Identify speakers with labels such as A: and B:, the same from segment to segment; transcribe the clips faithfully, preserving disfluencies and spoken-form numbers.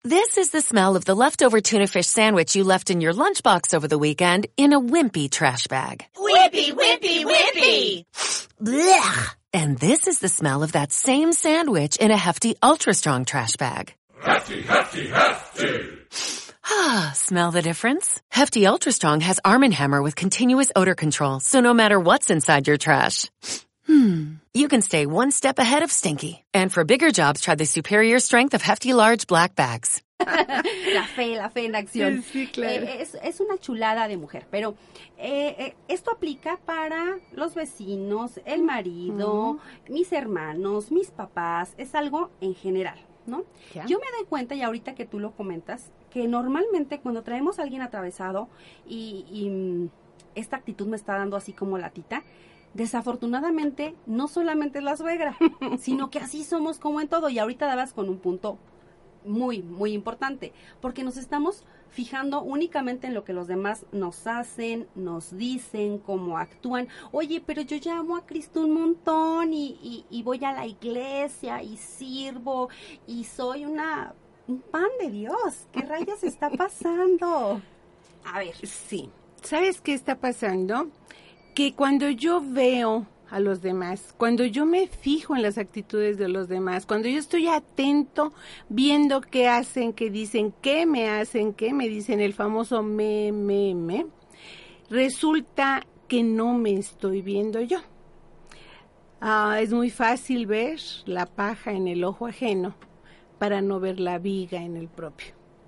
A: This is the smell of the leftover tuna fish sandwich you left in your lunchbox over the weekend in a wimpy trash bag.
B: Wimpy, wimpy, wimpy!
A: Blech! And this is the smell of that same sandwich in a Hefty Ultra Strong trash bag.
C: Hefty, Hefty, Hefty!
A: Ah, smell the difference? Hefty Ultra Strong has Arm and Hammer with continuous odor control, so no matter what's inside your trash, Hmm. you can stay one step ahead of stinky. And for bigger jobs, try the superior strength of Hefty Large Black Bags.
D: La fe, la fe en acción.
E: Sí, claro.
D: Eh, es, es una chulada de mujer, pero eh, eh, esto aplica para los vecinos, el marido, uh-huh. mis hermanos, mis papás, es algo en general, ¿no? ¿Ya? Yo me doy cuenta, y ahorita que tú lo comentas, que normalmente cuando traemos a alguien atravesado y, y esta actitud me está dando así como latita, desafortunadamente no solamente es la suegra, sino que así somos como en todo, y ahorita dabas con un punto muy, muy importante, porque nos estamos fijando únicamente en lo que los demás nos hacen, nos dicen, cómo actúan. Oye, pero yo ya amo a Cristo un montón y, y, y voy a la iglesia y sirvo y soy una un pan de Dios. ¿Qué rayos está pasando? A ver.
E: Sí, ¿sabes qué está pasando? Que cuando yo veo a los demás, cuando yo me fijo en las actitudes de los demás, cuando yo estoy atento, viendo qué hacen, qué dicen, qué me hacen, qué me dicen, el famoso me, me, me, resulta que no me estoy viendo yo. Ah, es muy fácil ver la paja en el ojo ajeno para no ver la viga en el propio.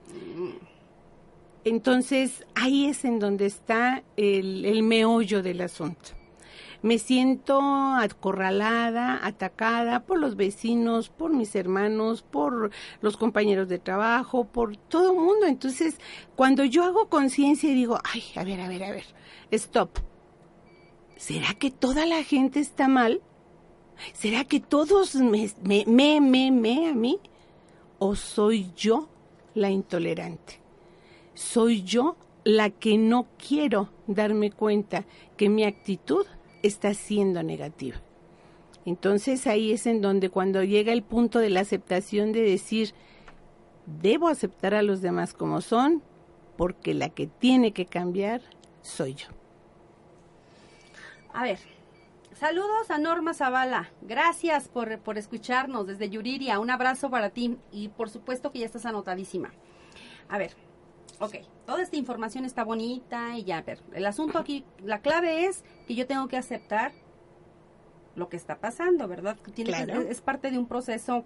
E: Entonces, ahí es en donde está el, el meollo del asunto. Me siento acorralada, atacada por los vecinos, por mis hermanos, por los compañeros de trabajo, por todo el mundo. Entonces, cuando yo hago conciencia y digo, ay, a ver, a ver, a ver, stop. ¿Será que toda la gente está mal? ¿Será que todos me, me, me, me, me a mí? ¿O soy yo la intolerante? ¿Soy yo la que no quiero darme cuenta que mi actitud está siendo negativa? Entonces ahí es en donde cuando llega el punto de la aceptación de decir, debo aceptar a los demás como son, porque la que tiene que cambiar soy yo.
D: A ver, saludos a Norma Zavala, gracias por, por escucharnos desde Yuriria, un abrazo para ti y por supuesto que ya estás anotadísima. A ver, ok, toda esta información está bonita y ya, a ver, el asunto aquí, la clave es que yo tengo que aceptar lo que está pasando, ¿verdad? Tiene claro. que, es parte de un proceso,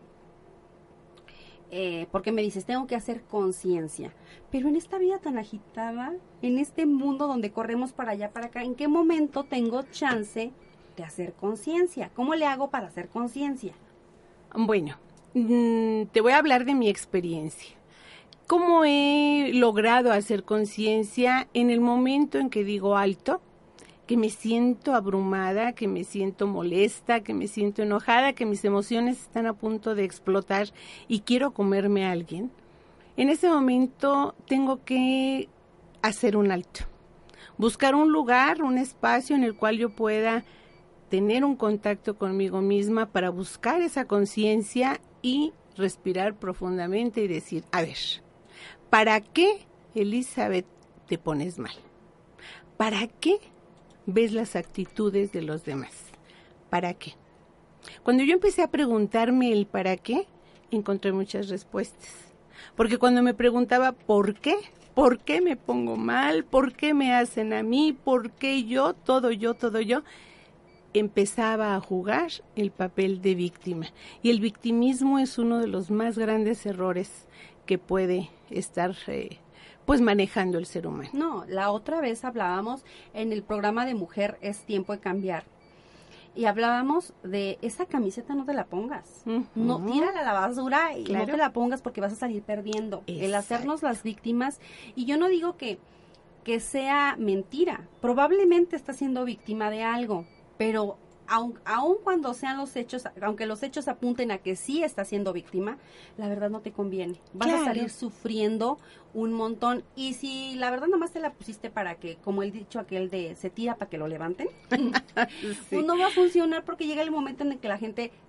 D: eh, porque me dices, tengo que hacer conciencia, pero en esta vida tan agitada, en este mundo donde corremos para allá, para acá, ¿en qué momento tengo chance de hacer conciencia? ¿Cómo le hago para hacer conciencia?
E: Bueno, mmm, te voy a hablar de mi experiencia. ¿Cómo he logrado hacer conciencia en el momento en que digo alto, que me siento abrumada, que me siento molesta, que me siento enojada, que mis emociones están a punto de explotar y quiero comerme a alguien? En ese momento tengo que hacer un alto, buscar un lugar, un espacio en el cual yo pueda tener un contacto conmigo misma para buscar esa conciencia y respirar profundamente y decir, a ver, ¿para qué, Elizabeth, te pones mal? ¿Para qué ves las actitudes de los demás? ¿Para qué? Cuando yo empecé a preguntarme el para qué, encontré muchas respuestas. Porque cuando me preguntaba ¿por qué? ¿Por qué me pongo mal? ¿Por qué me hacen a mí? ¿Por qué yo? Todo yo, todo yo. Empezaba a jugar el papel de víctima. Y el victimismo es uno de los más grandes errores que puede estar eh, pues manejando el ser humano.
D: No, la otra vez hablábamos en el programa de Mujer es Tiempo de Cambiar y hablábamos de esa camiseta no te la pongas, uh-huh. no tírala a la basura y claro. no te la pongas porque vas a salir perdiendo. Exacto. El hacernos las víctimas, y yo no digo que, que sea mentira, probablemente está siendo víctima de algo, pero aun, aun cuando sean los hechos, aunque los hechos apunten a que sí está siendo víctima, la verdad no te conviene. Vas claro. a salir sufriendo un montón. Y si la verdad nomás te la pusiste para que, como el dicho aquel de se tira para que lo levanten, sí. pues no va a funcionar porque llega el momento en el que la gente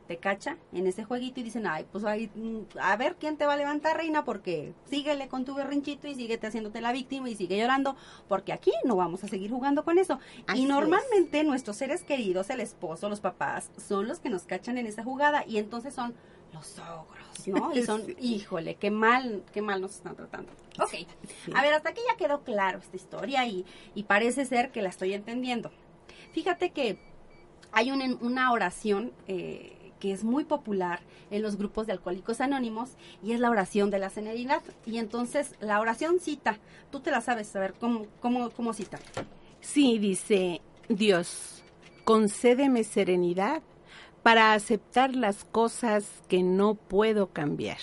D: te cacha en ese jueguito y dicen, ay, pues ahí, a ver quién te va a levantar, reina, porque síguele con tu berrinchito y síguete haciéndote la víctima y sigue llorando, porque aquí no vamos a seguir jugando con eso. Así y normalmente es. Nuestros seres queridos, el esposo, los papás, son los que nos cachan en esa jugada y entonces son los ogros, ¿no? Y son, sí. híjole, qué mal, qué mal nos están tratando. Ok, sí. A ver, hasta aquí ya quedó claro esta historia y, y parece ser que la estoy entendiendo. Fíjate que hay un, una oración eh, que es muy popular en los grupos de Alcohólicos Anónimos y es la oración de la serenidad. Y entonces la oración cita, tú te la sabes, a ver, ¿cómo, cómo, cómo cita?
E: Sí, dice, Dios, concédeme serenidad para aceptar las cosas que no puedo cambiar.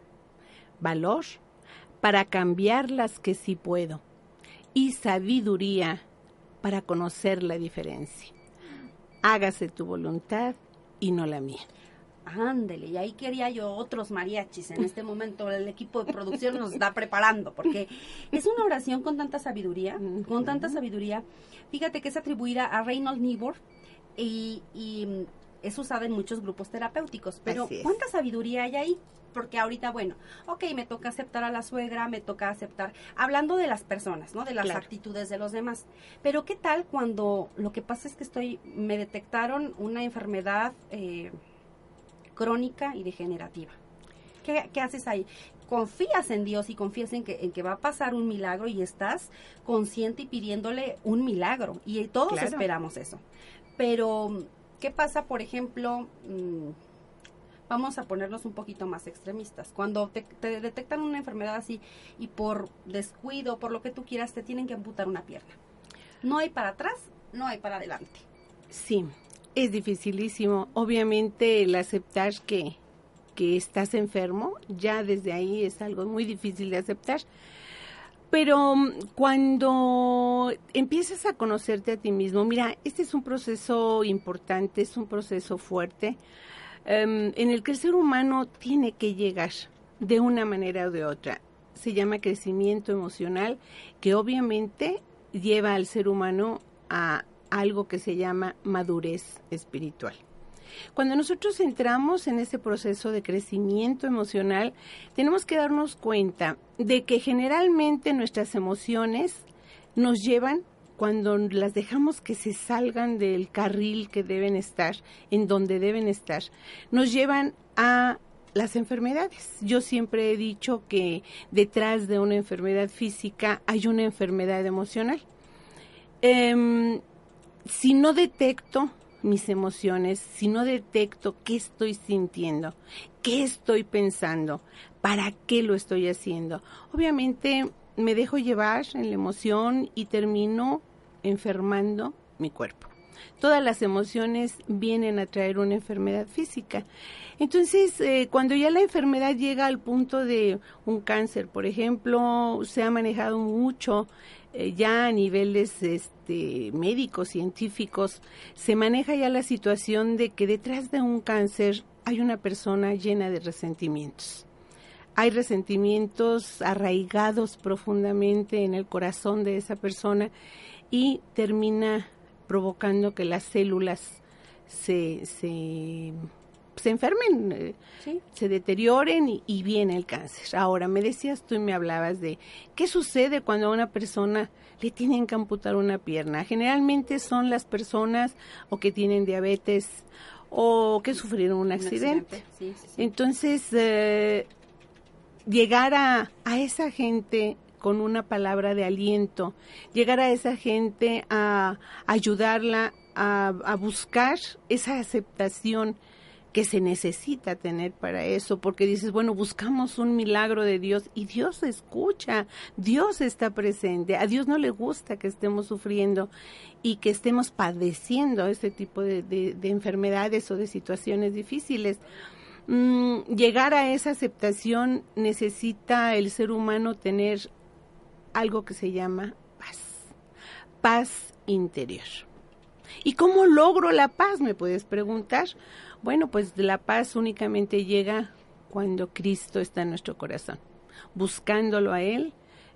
E: Valor para cambiar las que sí puedo. Y sabiduría para conocer la diferencia. Hágase tu voluntad y no la mía.
D: Ándele, y ahí quería yo otros mariachis. En este momento el equipo de producción nos está preparando, porque es una oración con tanta sabiduría, con tanta sabiduría. Fíjate que es atribuida a Reinhold Niebuhr y, y es usada en muchos grupos terapéuticos. Pero ¿cuánta sabiduría hay ahí? Porque ahorita, bueno, ok, me toca aceptar a la suegra, me toca aceptar, hablando de las personas, ¿no? De las claro. actitudes de los demás. Pero ¿qué tal cuando lo que pasa es que estoy, me detectaron una enfermedad eh, crónica y degenerativa? ¿Qué, qué haces ahí? Confías en Dios y confías en que, en que va a pasar un milagro y estás consciente y pidiéndole un milagro. Y todos claro. esperamos eso. Pero, ¿qué pasa, por ejemplo? Mmm, Vamos a ponernos un poquito más extremistas. Cuando te, te detectan una enfermedad así y por descuido, por lo que tú quieras, te tienen que amputar una pierna. No hay para atrás, no hay para adelante.
E: Sí, es dificilísimo. Obviamente el aceptar que, que estás enfermo, ya desde ahí es algo muy difícil de aceptar. Pero cuando empiezas a conocerte a ti mismo, mira, este es un proceso importante, es un proceso fuerte. Um, en el que el ser humano tiene que llegar de una manera o de otra. Se llama crecimiento emocional, que obviamente lleva al ser humano a algo que se llama madurez espiritual. Cuando nosotros entramos en ese proceso de crecimiento emocional, tenemos que darnos cuenta de que generalmente nuestras emociones nos llevan, cuando las dejamos que se salgan del carril que deben estar, en donde deben estar, nos llevan a las enfermedades. Yo siempre he dicho que detrás de una enfermedad física hay una enfermedad emocional. Eh, si no detecto mis emociones, si no detecto qué estoy sintiendo, qué estoy pensando, para qué lo estoy haciendo, obviamente me dejo llevar en la emoción y termino enfermando mi cuerpo. Todas las emociones vienen a traer una enfermedad física. Entonces, eh, cuando ya la enfermedad llega al punto de un cáncer, por ejemplo, se ha manejado mucho, eh, ya a niveles este, médicos, científicos, se maneja ya la situación de que detrás de un cáncer hay una persona llena de resentimientos. Hay resentimientos arraigados profundamente en el corazón de esa persona y termina provocando que las células se, se, se enfermen, ¿sí? se deterioren y, y viene el cáncer. Ahora, me decías tú y me hablabas de qué sucede cuando a una persona le tienen que amputar una pierna. Generalmente son las personas o que tienen diabetes o que sufrieron un, un accidente. accidente. Sí, sí, sí. Entonces, eh, llegar a, a esa gente con una palabra de aliento, llegar a esa gente a ayudarla a, a buscar esa aceptación que se necesita tener para eso, porque dices, bueno, buscamos un milagro de Dios y Dios escucha, Dios está presente, a Dios no le gusta que estemos sufriendo y que estemos padeciendo ese tipo de, de, de enfermedades o de situaciones difíciles. Mm, llegar a esa aceptación necesita el ser humano tener algo que se llama paz, paz interior. ¿Y cómo logro la paz? Me puedes preguntar. Bueno, pues la paz únicamente llega cuando Cristo está en nuestro corazón, buscándolo a Él,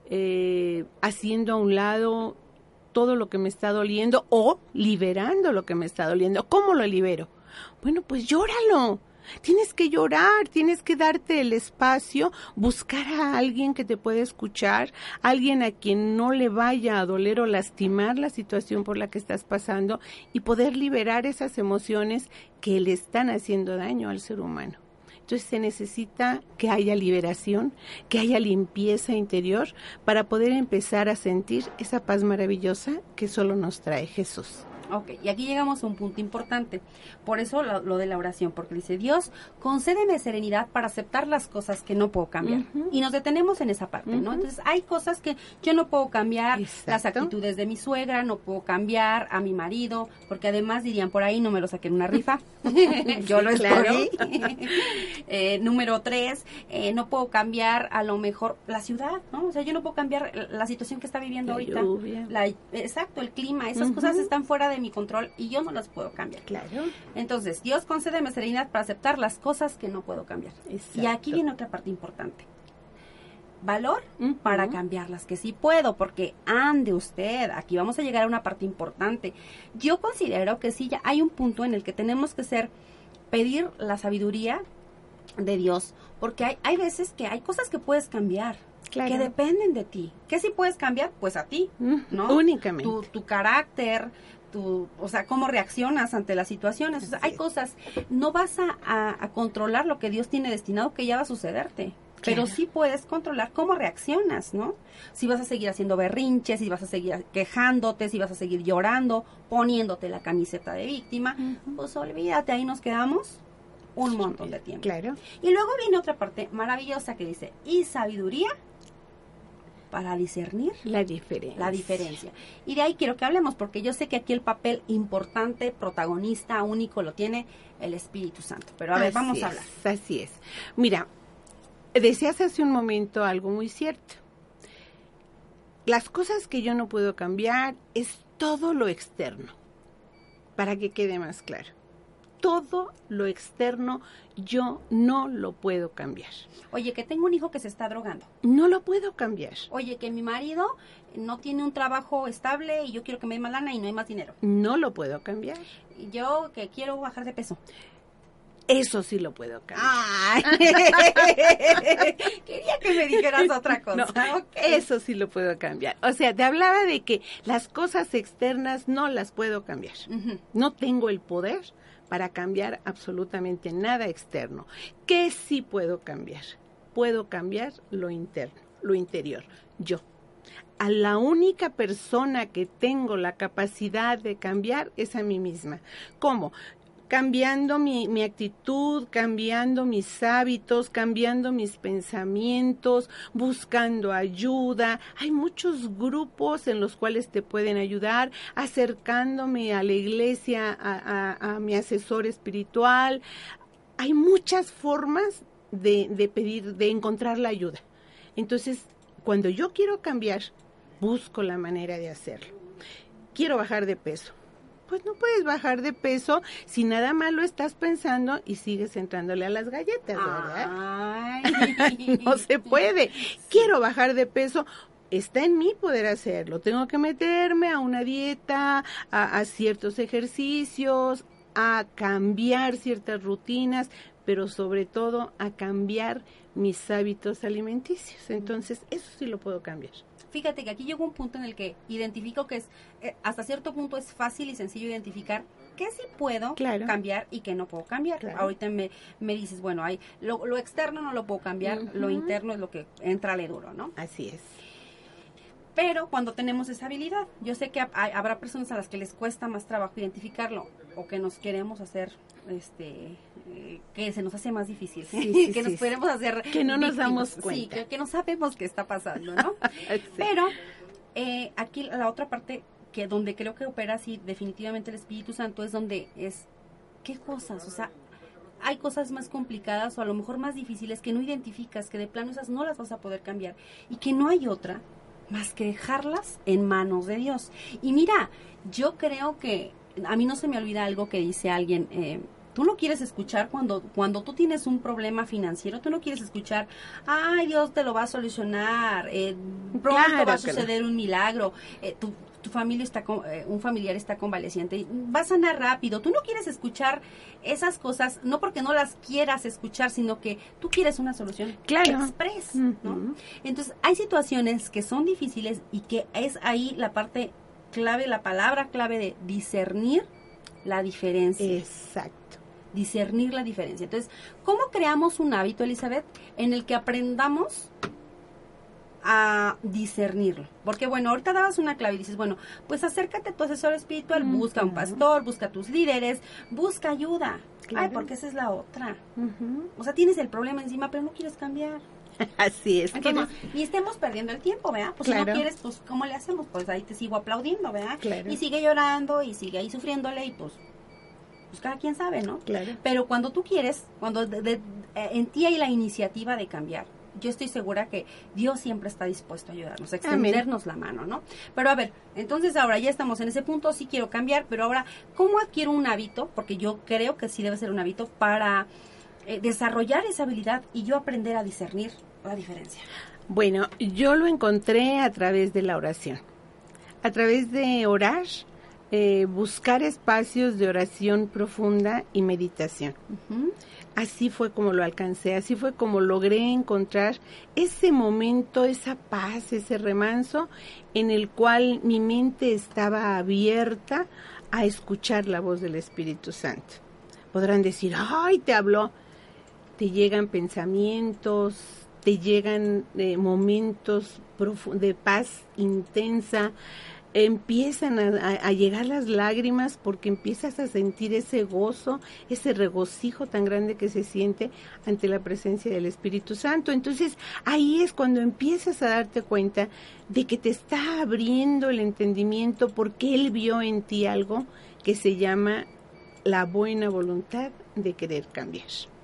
E: eh, haciendo a un lado todo lo que me está doliendo o liberando lo que me está doliendo. ¿Cómo lo libero? Bueno, pues llóralo. Tienes que llorar, tienes que darte el espacio, buscar a alguien que te pueda escuchar, alguien a quien no le vaya a doler o lastimar la situación por la que estás pasando y poder liberar esas emociones que le están haciendo daño al ser humano. Entonces se necesita que haya liberación, que haya limpieza interior para poder empezar a sentir esa paz maravillosa que solo nos trae Jesús.
D: Ok, y aquí llegamos a un punto importante, por eso lo, lo de la oración, porque dice, Dios, concédeme serenidad para aceptar las cosas que no puedo cambiar, uh-huh. y nos detenemos en esa parte, uh-huh. ¿no? Entonces, hay cosas que yo no puedo cambiar, exacto. Las actitudes de mi suegra, no puedo cambiar a mi marido, porque además dirían por ahí, no me lo saqué en una rifa, yo lo escogí. eh, número tres, eh, no puedo cambiar a lo mejor la ciudad, ¿no? O sea, yo no puedo cambiar la situación que está viviendo la ahorita, lluvia. La, exacto, el clima, esas uh-huh. cosas están fuera de mi control y yo no las puedo cambiar.
E: Claro.
D: Entonces, Dios concédeme serenidad para aceptar las cosas que no puedo cambiar. Exacto. Y aquí viene otra parte importante. Valor uh-huh. para cambiar las que sí puedo, porque ande usted, aquí vamos a llegar a una parte importante. Yo considero que sí, ya hay un punto en el que tenemos que ser, pedir la sabiduría de Dios, porque hay, hay veces que hay cosas que puedes cambiar. Claro. Que dependen de ti. ¿Qué sí puedes cambiar? Pues a ti, ¿no?
E: Únicamente.
D: Tu, tu carácter, tu, o sea, cómo reaccionas ante las situaciones. O sea, hay cosas, no vas a, a, a controlar lo que Dios tiene destinado que ya va a sucederte. Claro. Pero sí puedes controlar cómo reaccionas, ¿no? Si vas a seguir haciendo berrinches, si vas a seguir quejándote, si vas a seguir llorando, poniéndote la camiseta de víctima, uh-huh. pues olvídate, ahí nos quedamos un montón de tiempo.
E: Claro.
D: Y luego viene otra parte maravillosa que dice, y sabiduría para discernir
E: la diferencia.
D: La diferencia. Y de ahí quiero que hablemos, porque yo sé que aquí el papel importante, protagonista, único, lo tiene el Espíritu Santo. Pero a ver,
E: así
D: vamos
E: es,
D: a hablar.
E: Así es. Mira, decías hace un momento algo muy cierto. Las cosas que yo no puedo cambiar es todo lo externo, para que quede más claro. Todo lo externo yo no lo puedo cambiar.
D: Oye, que tengo un hijo que se está drogando.
E: No lo puedo cambiar.
D: Oye, que mi marido no tiene un trabajo estable y yo quiero que me dé más lana y no hay más dinero.
E: No lo puedo cambiar.
D: Yo que quiero bajar de peso.
E: Eso sí lo puedo cambiar.
D: Ay. Quería que me dijeras otra cosa.
E: No, okay. Eso sí lo puedo cambiar. O sea, te hablaba de que las cosas externas no las puedo cambiar. Uh-huh. No tengo el poder para cambiar absolutamente nada externo. ¿Qué sí puedo cambiar? Puedo cambiar lo interno, lo interior, yo. A la única persona que tengo la capacidad de cambiar es a mí misma. ¿Cómo? Cambiando mi, mi actitud, cambiando mis hábitos, cambiando mis pensamientos, buscando ayuda. Hay muchos grupos en los cuales te pueden ayudar, acercándome a la iglesia, a, a, a mi asesor espiritual. Hay muchas formas de, de pedir, de encontrar la ayuda. Entonces, cuando yo quiero cambiar, busco la manera de hacerlo. Quiero bajar de peso. Pues no puedes bajar de peso si nada más lo estás pensando y sigues entrándole a las galletas, ¿verdad? Ay. No se puede. Quiero bajar de peso. Está en mí poder hacerlo. Tengo que meterme a una dieta, a, a ciertos ejercicios, a cambiar ciertas rutinas, pero sobre todo a cambiar mis hábitos alimenticios. Entonces, eso sí lo puedo cambiar.
D: Fíjate que aquí llegó un punto en el que identifico que es, eh, hasta cierto punto es fácil y sencillo identificar qué sí puedo claro. cambiar y qué no puedo cambiar. Claro. Ahorita me, me dices, bueno, hay lo, lo externo no lo puedo cambiar, uh-huh. lo interno es lo que entrale duro, ¿no?
E: Así es.
D: Pero cuando tenemos esa habilidad, yo sé que hay, habrá personas a las que les cuesta más trabajo identificarlo o que nos queremos hacer, este, eh, que se nos hace más difícil, sí, sí, que sí, nos podemos hacer
E: que no nos
D: víctimas,
E: damos cuenta,
D: sí, que, que no sabemos qué está pasando, ¿no? sí. Pero eh, aquí la otra parte que donde creo que opera sí definitivamente el Espíritu Santo es donde es qué cosas, o sea, hay cosas más complicadas o a lo mejor más difíciles que no identificas, que de plano esas no las vas a poder cambiar y que no hay otra más que dejarlas en manos de Dios. Y mira, yo creo que a mí no se me olvida algo que dice alguien, eh, tú no quieres escuchar cuando cuando tú tienes un problema financiero, tú no quieres escuchar, ay, Dios te lo va a solucionar, eh, pronto claro va a suceder no. un milagro, eh, tú tu familia está con, eh, un familiar está convaleciente, va a sanar rápido. Tú no quieres escuchar esas cosas, no porque no las quieras escuchar, sino que tú quieres una solución
E: claro.
D: express,
E: Uh-huh.
D: ¿no? Entonces, hay situaciones que son difíciles y que es ahí la parte clave, la palabra clave de discernir la diferencia.
E: Exacto.
D: Discernir la diferencia. Entonces, ¿cómo creamos un hábito, Elizabeth, en el que aprendamos a discernirlo? Porque bueno, ahorita dabas una clave y dices, bueno, pues acércate a tu asesor espiritual, uh-huh. busca un pastor, busca a tus líderes, busca ayuda. Claro. Ay, porque esa es la otra. Uh-huh. O sea, tienes el problema encima, pero no quieres cambiar.
E: Así es.
D: Entonces, no, ni estemos perdiendo el tiempo, ¿verdad? Pues claro. si no quieres, pues ¿cómo le hacemos? Pues ahí te sigo aplaudiendo, ¿verdad?
E: Claro.
D: Y sigue llorando y sigue ahí sufriéndole y pues pues cada quien sabe, ¿no?
E: Claro.
D: Pero cuando tú quieres, cuando de, de, en ti hay la iniciativa de cambiar, yo estoy segura que Dios siempre está dispuesto a ayudarnos, a extendernos Amén. La mano, ¿no? Pero a ver, entonces ahora ya estamos en ese punto, sí quiero cambiar, pero ahora, ¿cómo adquiero un hábito? Porque yo creo que sí debe ser un hábito para eh, desarrollar esa habilidad y yo aprender a discernir la diferencia.
E: Bueno, yo lo encontré a través de la oración, a través de orar, eh, buscar espacios de oración profunda y meditación. Uh-huh. Así fue como lo alcancé, así fue como logré encontrar ese momento, esa paz, ese remanso en el cual mi mente estaba abierta a escuchar la voz del Espíritu Santo. Podrán decir, ¡ay, te habló! Te llegan pensamientos, te llegan eh, momentos profu- de paz intensa, empiezan a, a, a llegar las lágrimas porque empiezas a sentir ese gozo, ese regocijo tan grande que se siente ante la presencia del Espíritu Santo. Entonces ahí es cuando empiezas a darte cuenta de que te está abriendo el entendimiento porque Él vio en ti algo que se llama la buena voluntad de querer cambiar.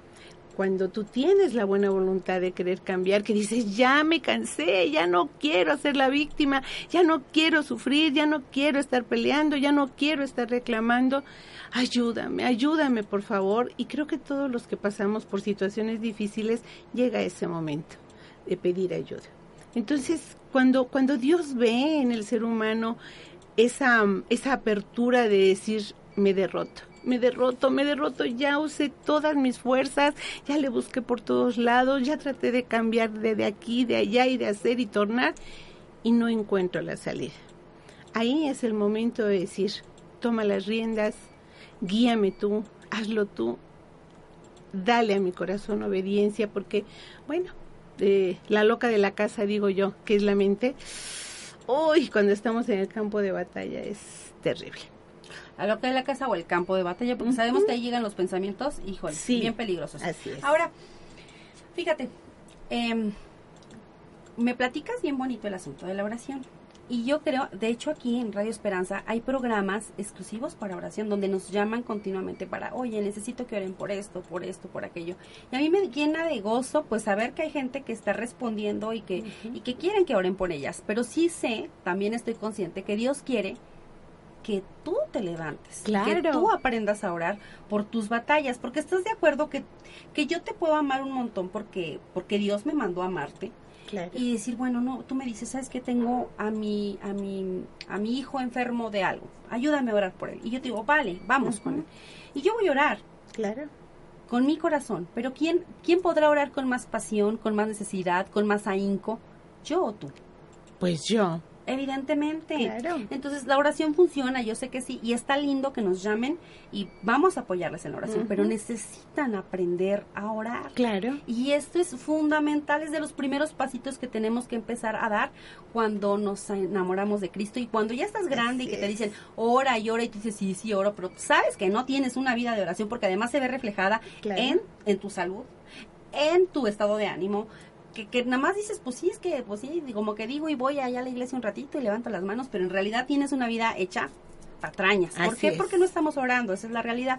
E: Cuando tú tienes la buena voluntad de querer cambiar, que dices, ya me cansé, ya no quiero ser la víctima, ya no quiero sufrir, ya no quiero estar peleando, ya no quiero estar reclamando, ayúdame, ayúdame por favor. Y creo que todos los que pasamos por situaciones difíciles llega ese momento de pedir ayuda. Entonces, cuando, cuando Dios ve en el ser humano esa, esa apertura de decir, me derroto, me derroto, me derroto, ya usé todas mis fuerzas, ya le busqué por todos lados, ya traté de cambiar de, de aquí, de allá y de hacer y tornar y no encuentro la salida. Ahí es el momento de decir, toma las riendas, guíame tú, hazlo tú, dale a mi corazón obediencia porque, bueno, eh, la loca de la casa, digo yo, que es la mente, uy, cuando estamos en el campo de batalla es terrible.
D: A lo que es la casa o el campo de batalla, porque uh-huh. sabemos que ahí llegan los pensamientos, híjole, sí, bien peligrosos.
E: Así es.
D: Ahora, fíjate, eh, me platicas bien bonito el asunto de la oración. Y yo creo, de hecho aquí en Radio Esperanza hay programas exclusivos para oración donde nos llaman continuamente para, oye, necesito que oren por esto, por esto, por aquello. Y a mí me llena de gozo pues saber que hay gente que está respondiendo y que, uh-huh. y que quieren que oren por ellas. Pero sí sé, también estoy consciente que Dios quiere que tú te levantes,
E: claro.
D: que tú aprendas a orar por tus batallas, porque estás de acuerdo que, que yo te puedo amar un montón porque, porque Dios me mandó a amarte.
E: Claro.
D: Y decir, bueno, no, tú me dices, ¿sabes qué? Tengo a mi, a mi, a mi hijo enfermo de algo, ayúdame a orar por él. Y yo te digo, vale, vamos uh-huh. con él. Y yo voy a orar.
E: Claro.
D: Con mi corazón. Pero ¿quién, quién podrá orar con más pasión, con más necesidad, con más ahínco? ¿Yo o tú?
E: Pues yo.
D: Evidentemente.
E: Claro.
D: Entonces la oración funciona, yo sé que sí, y está lindo que nos llamen y vamos a apoyarles en la oración, uh-huh. pero necesitan aprender a orar.
E: Claro.
D: Y esto es fundamental, es de los primeros pasitos que tenemos que empezar a dar cuando nos enamoramos de Cristo y cuando ya estás grande Así y que es. Te dicen, ora y ora y tú dices, sí, sí, oro, pero sabes que no tienes una vida de oración porque además se ve reflejada claro. en, en tu salud, en tu estado de ánimo. Que, que nada más dices, pues sí, es que, pues sí, como que digo y voy allá a la iglesia un ratito y levanto las manos, pero en realidad tienes una vida hecha patrañas. ¿Por
E: Así
D: qué?
E: Es.
D: Porque no estamos orando, esa es la realidad.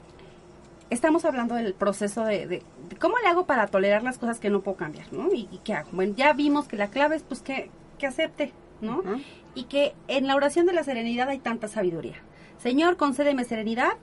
D: Estamos hablando del proceso de, de, de cómo le hago para tolerar las cosas que no puedo cambiar, ¿no? ¿Y, y qué hago? Bueno, ya vimos que la clave es, pues, que, que acepte, ¿no? Uh-huh. Y que en la oración de la serenidad hay tanta sabiduría. Señor, concédeme serenidad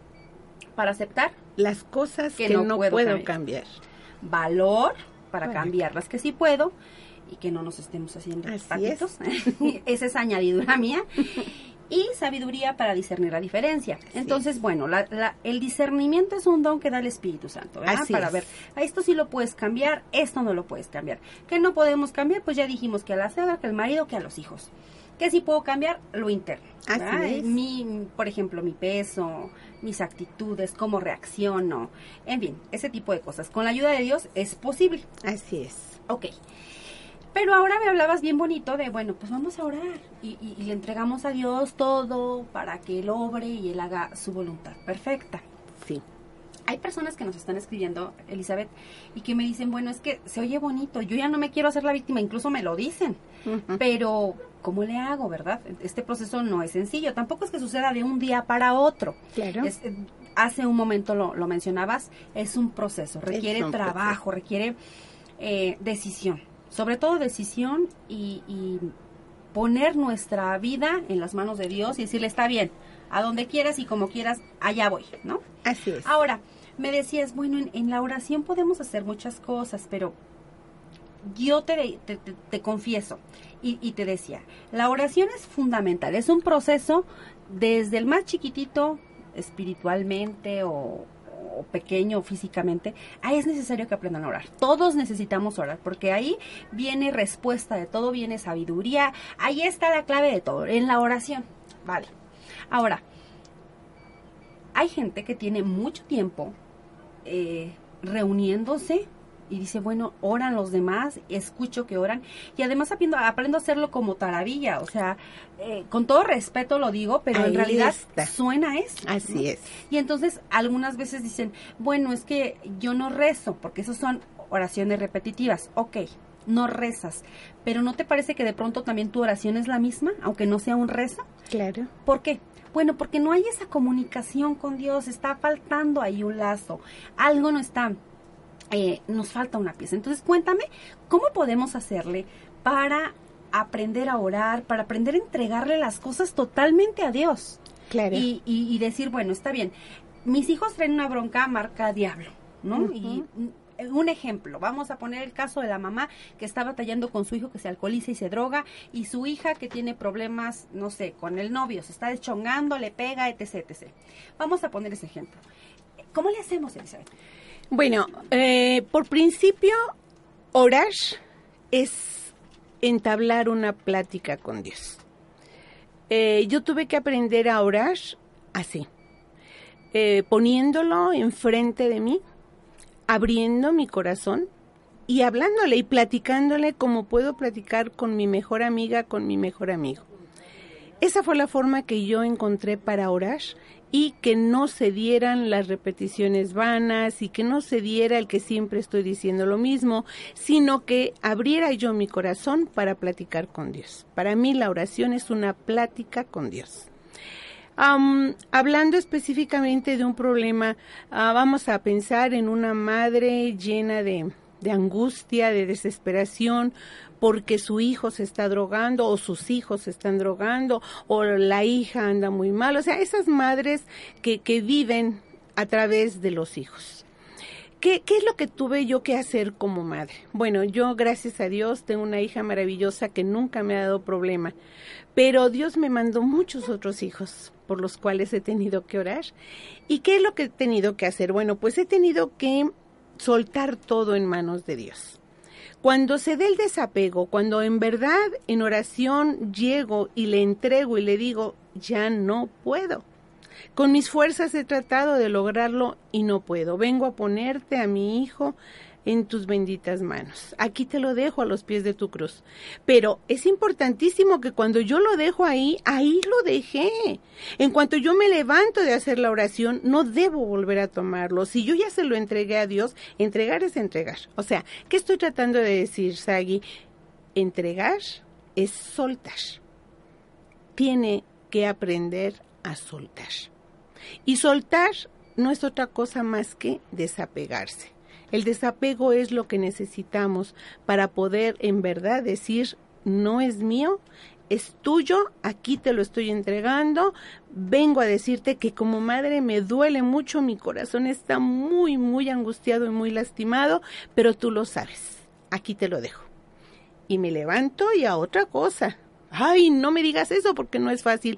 D: para aceptar
E: las cosas que, que no, no puedo, puedo cambiar.
D: cambiar. Valor para bueno. cambiarlas, que sí puedo, y que no nos estemos haciendo
E: Así
D: patitos. Esa es añadidura mía. Y sabiduría para discernir la diferencia. Así Entonces, es. bueno, la, la, el discernimiento es un don que da el Espíritu Santo, ¿verdad?
E: Así
D: para
E: es.
D: ver, a esto sí lo puedes cambiar, esto no lo puedes cambiar. ¿Qué no podemos cambiar? Pues ya dijimos que a la suegra, que al marido, que a los hijos. ¿Qué sí puedo cambiar? Lo interno. ¿verdad?
E: Así es.
D: Mi, por ejemplo, mi peso, mis actitudes, cómo reacciono, en fin, ese tipo de cosas. Con la ayuda de Dios es posible.
E: Así es.
D: Ok. Pero ahora me hablabas bien bonito de, bueno, pues vamos a orar y, y, y le entregamos a Dios todo para que Él obre y Él haga su voluntad perfecta.
E: Sí.
D: Hay personas que nos están escribiendo, Elizabeth, y que me dicen, bueno, es que se oye bonito, yo ya no me quiero hacer la víctima, incluso me lo dicen, uh-huh. pero ¿cómo le hago, verdad? Este proceso no es sencillo, tampoco es que suceda de un día para otro.
E: Claro.
D: Es, hace un momento lo, lo mencionabas, es un proceso, requiere un trabajo, proceso. requiere eh, decisión. Sobre todo decisión y, y poner nuestra vida en las manos de Dios y decirle, está bien, a donde quieras y como quieras, allá voy, ¿no?
E: Así es.
D: Ahora, me decías, bueno, en, en la oración podemos hacer muchas cosas, pero yo te, te, te, te confieso y, y te decía, la oración es fundamental, es un proceso desde el más chiquitito, espiritualmente o... o pequeño físicamente, ahí es necesario que aprendan a orar. Todos necesitamos orar, porque ahí viene respuesta de todo, viene sabiduría, ahí está la clave de todo, en la oración. Vale. Ahora, hay gente que tiene mucho tiempo eh, reuniéndose y dice, bueno, oran los demás, escucho que oran, y además aprendo, aprendo a hacerlo como taravilla, o sea, eh, con todo respeto lo digo, pero
E: Ahí
D: en realidad
E: está.
D: Suena eso.
E: Así
D: ¿no?
E: es.
D: Y entonces algunas veces dicen, bueno, es que yo no rezo, porque esas son oraciones repetitivas. Ok, no rezas, pero ¿no te parece que de pronto también tu oración es la misma, aunque no sea un rezo?
E: Claro.
D: ¿Por qué? Bueno, porque no hay esa comunicación con Dios, está faltando ahí un lazo, algo no está... Eh, nos falta una pieza. Entonces, cuéntame, ¿cómo podemos hacerle para aprender a orar, para aprender a entregarle las cosas totalmente a Dios?
E: Claro.
D: Y, y, y decir, bueno, está bien, mis hijos traen una bronca marca diablo, ¿no? Uh-huh. Y un ejemplo, vamos a poner el caso de la mamá que está batallando con su hijo que se alcoholiza y se droga, y su hija que tiene problemas, no sé, con el novio, se está deschongando, le pega, etcétera, etcétera. Vamos a poner ese ejemplo. ¿Cómo le hacemos, Elizabeth?
E: Bueno, eh, por principio, orar es entablar una plática con Dios. Eh, yo tuve que aprender a orar así, eh, poniéndolo enfrente de mí, abriendo mi corazón y hablándole y platicándole como puedo platicar con mi mejor amiga, con mi mejor amigo. Esa fue la forma que yo encontré para orar y que no se dieran las repeticiones vanas y que no se diera el que siempre estoy diciendo lo mismo, sino que abriera yo mi corazón para platicar con Dios. Para mí la oración es una plática con Dios. Um, hablando específicamente de un problema, uh, vamos a pensar en una madre llena de, de angustia, de desesperación, porque su hijo se está drogando o sus hijos se están drogando o la hija anda muy mal. O sea, esas madres que, que viven a través de los hijos. ¿Qué, ¿Qué es lo que tuve yo que hacer como madre? Bueno, yo, gracias a Dios, tengo una hija maravillosa que nunca me ha dado problema, pero Dios me mandó muchos otros hijos por los cuales he tenido que orar. ¿Y qué es lo que he tenido que hacer? Bueno, pues he tenido que soltar todo en manos de Dios. Cuando se dé el desapego, cuando en verdad en oración llego y le entrego y le digo, ya no puedo. Con mis fuerzas he tratado de lograrlo y no puedo. Vengo a ponerte a mi hijo en tus benditas manos. Aquí te lo dejo a los pies de tu cruz. Pero es importantísimo que cuando yo lo dejo ahí, ahí lo dejé. En cuanto yo me levanto de hacer la oración, no debo volver a tomarlo. Si yo ya se lo entregué a Dios, entregar es entregar. O sea, ¿qué estoy tratando de decir, Sagui? Entregar es soltar. Tiene que aprender a soltar. Y soltar no es otra cosa más que desapegarse. El desapego es lo que necesitamos para poder en verdad decir, no es mío, es tuyo, aquí te lo estoy entregando, vengo a decirte que como madre me duele mucho, mi corazón está muy, muy angustiado y muy lastimado, pero tú lo sabes, aquí te lo dejo. y me levanto y a otra cosa. Ay, no me digas eso porque no es fácil.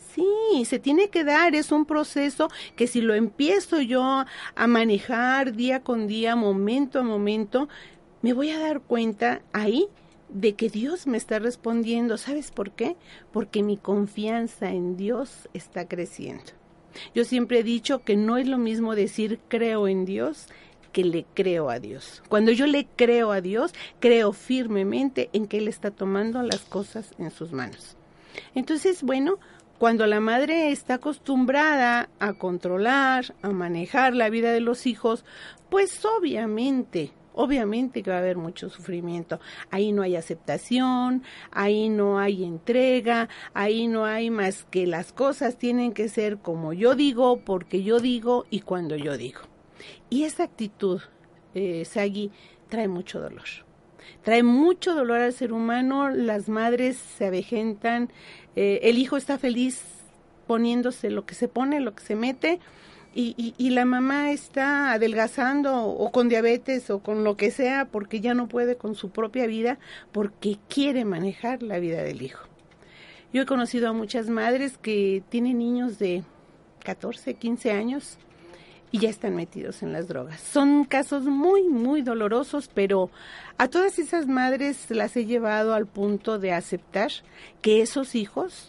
E: Sí, se tiene que dar, es un proceso que si lo empiezo yo a manejar día con día, momento a momento, me voy a dar cuenta ahí de que Dios me está respondiendo. ¿Sabes por qué? Porque mi confianza en Dios está creciendo. Yo siempre he dicho que no es lo mismo decir creo en Dios que le creo a Dios. Cuando yo le creo a Dios, creo firmemente en que Él está tomando las cosas en sus manos. Entonces, bueno, cuando la madre está acostumbrada a controlar, a manejar la vida de los hijos, pues obviamente, obviamente que va a haber mucho sufrimiento. Ahí no hay aceptación, ahí no hay entrega, ahí no hay más que las cosas tienen que ser como yo digo, porque yo digo y cuando yo digo. Y esa actitud, eh, Sagui, trae mucho dolor. Trae mucho dolor al ser humano, las madres se avejentan, eh, el hijo está feliz poniéndose lo que se pone, lo que se mete, y, y, y la mamá está adelgazando o con diabetes o con lo que sea porque ya no puede con su propia vida porque quiere manejar la vida del hijo. Yo he conocido a muchas madres que tienen niños de catorce, quince años y ya están metidos en las drogas. Son casos muy, muy dolorosos, pero a todas esas madres las he llevado al punto de aceptar que esos hijos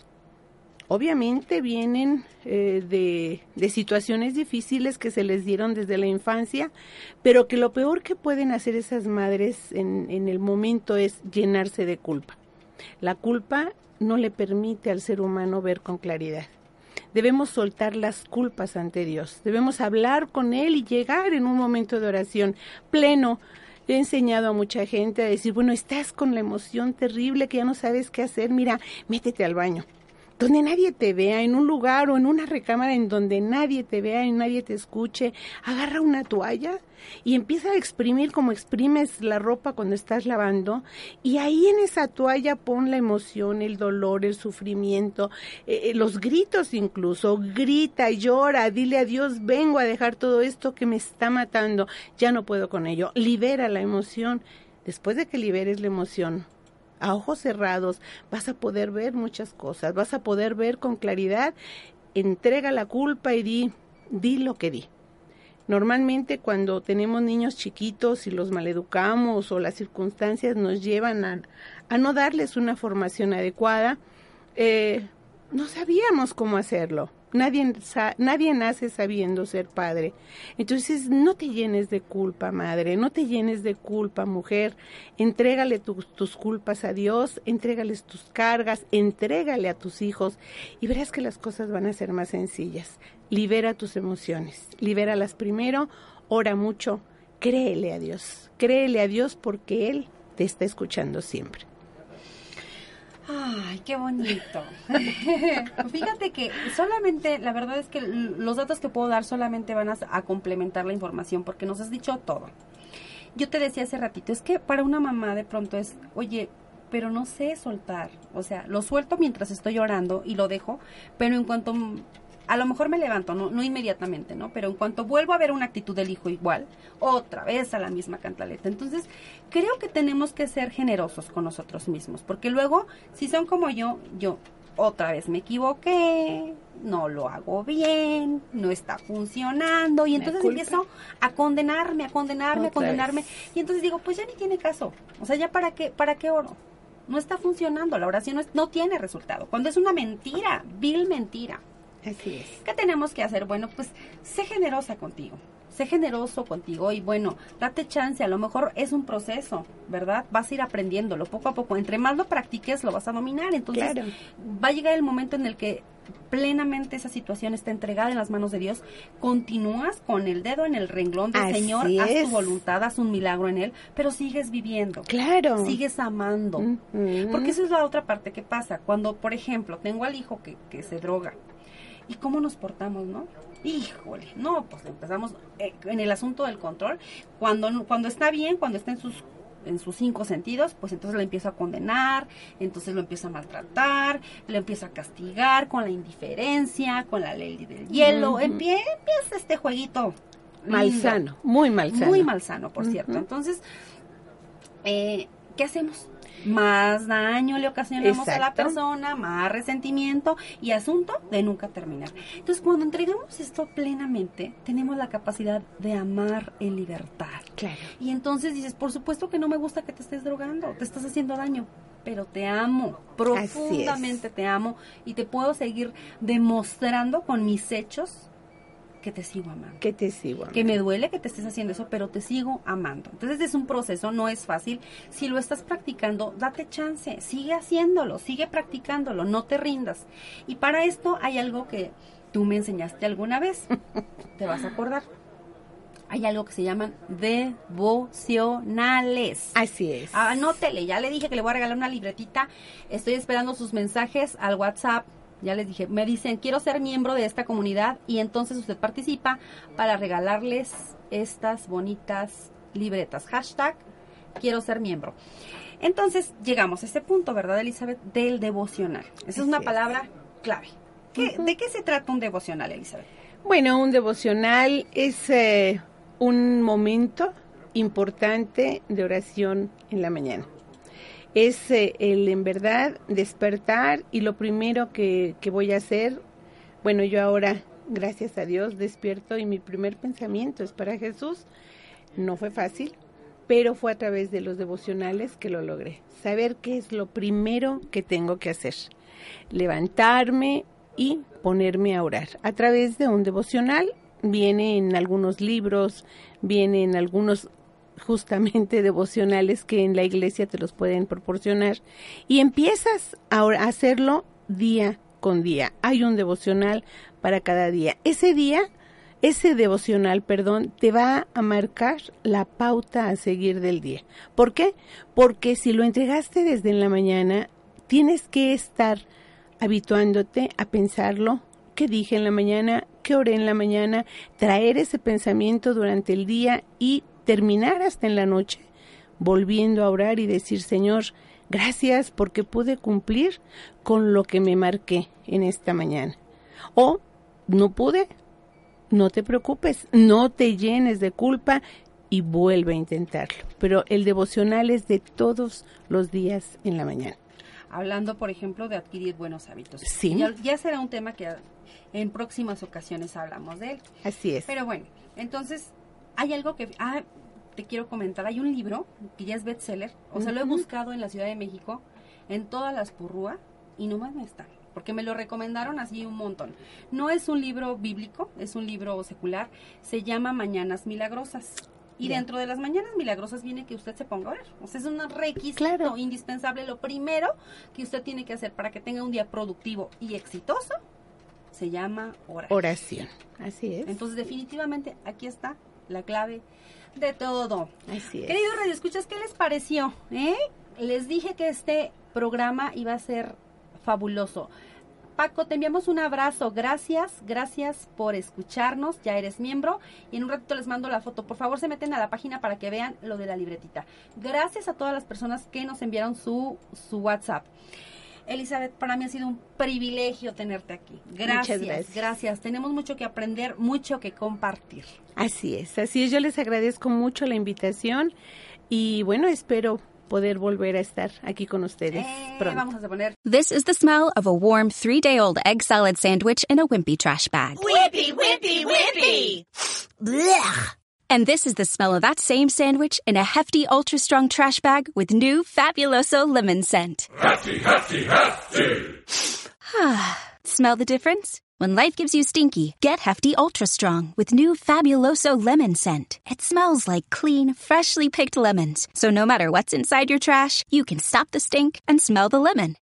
E: obviamente vienen eh, de, de situaciones difíciles que se les dieron desde la infancia, pero que lo peor que pueden hacer esas madres en, en el momento es llenarse de culpa. La culpa no le permite al ser humano ver con claridad. Debemos soltar las culpas ante Dios, debemos hablar con Él y llegar en un momento de oración pleno. He enseñado a mucha gente a decir, bueno, estás con la emoción terrible que ya no sabes qué hacer, mira, métete al baño, donde nadie te vea, en un lugar o en una recámara en donde nadie te vea y nadie te escuche, agarra una toalla y empieza a exprimir como exprimes la ropa cuando estás lavando, y ahí en esa toalla pon la emoción, el dolor, el sufrimiento, eh, los gritos incluso, grita, llora, dile a Dios, vengo a dejar todo esto que me está matando, ya no puedo con ello, libera la emoción. Después de que liberes la emoción, a ojos cerrados vas a poder ver muchas cosas, vas a poder ver con claridad, entrega la culpa y di, di lo que di. Normalmente cuando tenemos niños chiquitos y los maleducamos o las circunstancias nos llevan a, a no darles una formación adecuada, eh, no sabíamos cómo hacerlo. Nadie, nadie nace sabiendo ser padre. Entonces, no te llenes de culpa, madre, no te llenes de culpa, mujer. Entrégale tu, tus culpas a Dios, entrégales tus cargas, entrégale a tus hijos y verás que las cosas van a ser más sencillas. Libera tus emociones, libéralas primero, ora mucho, créele a Dios, créele a Dios porque Él te está escuchando siempre.
D: Ay, qué bonito. Fíjate que solamente, la verdad es que los datos que puedo dar solamente van a, a complementar la información porque nos has dicho todo. Yo te decía hace ratito, es que para una mamá de pronto es, oye, pero no sé soltar. O sea, lo suelto mientras estoy llorando y lo dejo, pero en cuanto... a lo mejor me levanto, no, no inmediatamente, ¿no? Pero en cuanto vuelvo a ver una actitud del hijo igual, otra vez a la misma cantaleta. Entonces, creo que tenemos que ser generosos con nosotros mismos, porque luego, si son como yo, yo otra vez me equivoqué, no lo hago bien, no está funcionando, y entonces empiezo a condenarme, a condenarme, otra a condenarme, vez. Y entonces digo, pues ya ni tiene caso, o sea, ya para qué, para qué oro. No está funcionando, la oración no, es, no tiene resultado, cuando es una mentira, vil mentira.
E: Así es.
D: ¿Qué tenemos que hacer? Bueno, pues sé generosa contigo, sé generoso contigo y bueno, date chance, a lo mejor es un proceso, ¿verdad? Vas a ir aprendiéndolo poco a poco, entre más lo practiques lo vas a dominar, entonces claro. Va a llegar el momento en el que plenamente esa situación está entregada en las manos de Dios, continúas con el dedo en el renglón del
E: Así
D: Señor,
E: es.
D: haz tu voluntad, haz un milagro en Él, pero sigues viviendo,
E: claro,
D: sigues amando,
E: uh-huh.
D: Porque esa es la otra parte que pasa, cuando por ejemplo tengo al hijo que, que se droga, ¿y cómo nos portamos, no? Híjole, no, pues empezamos eh, en el asunto del control. Cuando cuando está bien, cuando está en sus en sus cinco sentidos, pues entonces lo empiezo a condenar, entonces lo empiezo a maltratar, lo empiezo a castigar con la indiferencia, con la ley del hielo. Uh-huh. Empie, empieza este jueguito
E: malsano, muy malsano.
D: Muy malsano, por uh-huh. cierto. Entonces, eh, ¿qué hacemos? más daño le ocasionamos
E: Exacto.
D: a la persona, más resentimiento y asunto de nunca terminar. Entonces, cuando entregamos esto plenamente, tenemos la capacidad de amar en libertad.
E: Claro.
D: Y entonces dices, por supuesto que no me gusta que te estés drogando, te estás haciendo daño, pero te amo, profundamente te amo y te puedo seguir demostrando con mis hechos que te sigo amando.
E: Que te sigo amando.
D: Que me duele que te estés haciendo eso, pero te sigo amando. Entonces es un proceso, no es fácil. Si lo estás practicando, date chance, sigue haciéndolo, sigue practicándolo, no te rindas. Y para esto hay algo que tú me enseñaste alguna vez, te vas a acordar. Hay algo que se llaman devocionales.
E: Así es.
D: Anótele, ya le dije que le voy a regalar una libretita. Estoy esperando sus mensajes al WhatsApp. Ya les dije, me dicen, quiero ser miembro de esta comunidad y entonces usted participa para regalarles estas bonitas libretas. Hashtag, quiero ser miembro. Entonces, llegamos a este punto, ¿verdad, Elizabeth? Del devocional. Esa
E: Así
D: es una
E: es.
D: palabra clave. ¿Qué,
E: Uh-huh.
D: ¿De qué se trata un devocional, Elizabeth?
E: Bueno, un devocional es eh, un momento importante de oración en la mañana. Es eh, el en verdad despertar y lo primero que, que voy a hacer, bueno, yo ahora, gracias a Dios, despierto y mi primer pensamiento es para Jesús. No fue fácil, pero fue a través de los devocionales que lo logré. Saber qué es lo primero que tengo que hacer. Levantarme y ponerme a orar. A través de un devocional, viene en algunos libros, viene en algunos justamente devocionales que en la iglesia te los pueden proporcionar y empiezas a hacerlo día con día. Hay un devocional para cada día. Ese día, ese devocional, perdón, te va a marcar la pauta a seguir del día. ¿Por qué? Porque si lo entregaste desde en la mañana, tienes que estar habituándote a pensarlo, qué dije en la mañana, qué oré en la mañana, traer ese pensamiento durante el día y terminar hasta en la noche, volviendo a orar y decir, Señor, gracias porque pude cumplir con lo que me marqué en esta mañana. O no pude, no te preocupes, no te llenes de culpa y vuelve a intentarlo. Pero el devocional es de todos los días en la mañana.
D: Hablando, por ejemplo, de adquirir buenos hábitos.
E: Sí.
D: Ya, ya será un tema que en próximas ocasiones hablamos de él.
E: Así es.
D: Pero bueno, entonces, hay algo que... Ah, te quiero comentar. Hay un libro que ya es bestseller. O sea, uh-huh. lo he buscado en la Ciudad de México, en todas las purrúas, y nomás no está. Porque me lo recomendaron así un montón. No es un libro bíblico, es un libro secular. Se llama Mañanas Milagrosas. Y yeah. dentro de las Mañanas Milagrosas viene que usted se ponga a orar. O sea, es un requisito claro. indispensable. Lo primero que usted tiene que hacer para que tenga un día productivo y exitoso se llama orar.
E: Oración, así es.
D: Entonces, definitivamente, aquí está la clave de todo.
E: Así es.
D: Queridos radioescuchas, ¿qué les pareció? ¿Eh? Les dije que este programa iba a ser fabuloso. Paco, te enviamos un abrazo. Gracias, gracias por escucharnos. Ya eres miembro. Y en un ratito les mando la foto. Por favor, se meten a la página para que vean lo de la libretita. Gracias a todas las personas que nos enviaron su, su WhatsApp. Elizabeth, para mí ha sido un privilegio tenerte aquí. Gracias, gracias, gracias. Tenemos mucho que aprender, mucho que compartir.
E: Así es, así es. Yo les agradezco mucho la invitación y bueno, espero poder volver a estar aquí con ustedes
D: eh,
E: pronto.
D: Vamos a poner.
F: This is the smell of a warm three-day-old egg salad sandwich in a Wimpy trash bag.
B: Wimpy, Wimpy, Wimpy!
F: Blech! And this is the smell of that same sandwich in a hefty, ultra-strong trash bag with new Fabuloso lemon scent.
C: Hefty, hefty, hefty!
F: Smell the difference? When life gives you stinky, get Hefty Ultra Strong with new Fabuloso lemon scent. It smells like clean, freshly picked lemons. So no matter what's inside your trash, you can stop the stink and smell the lemon.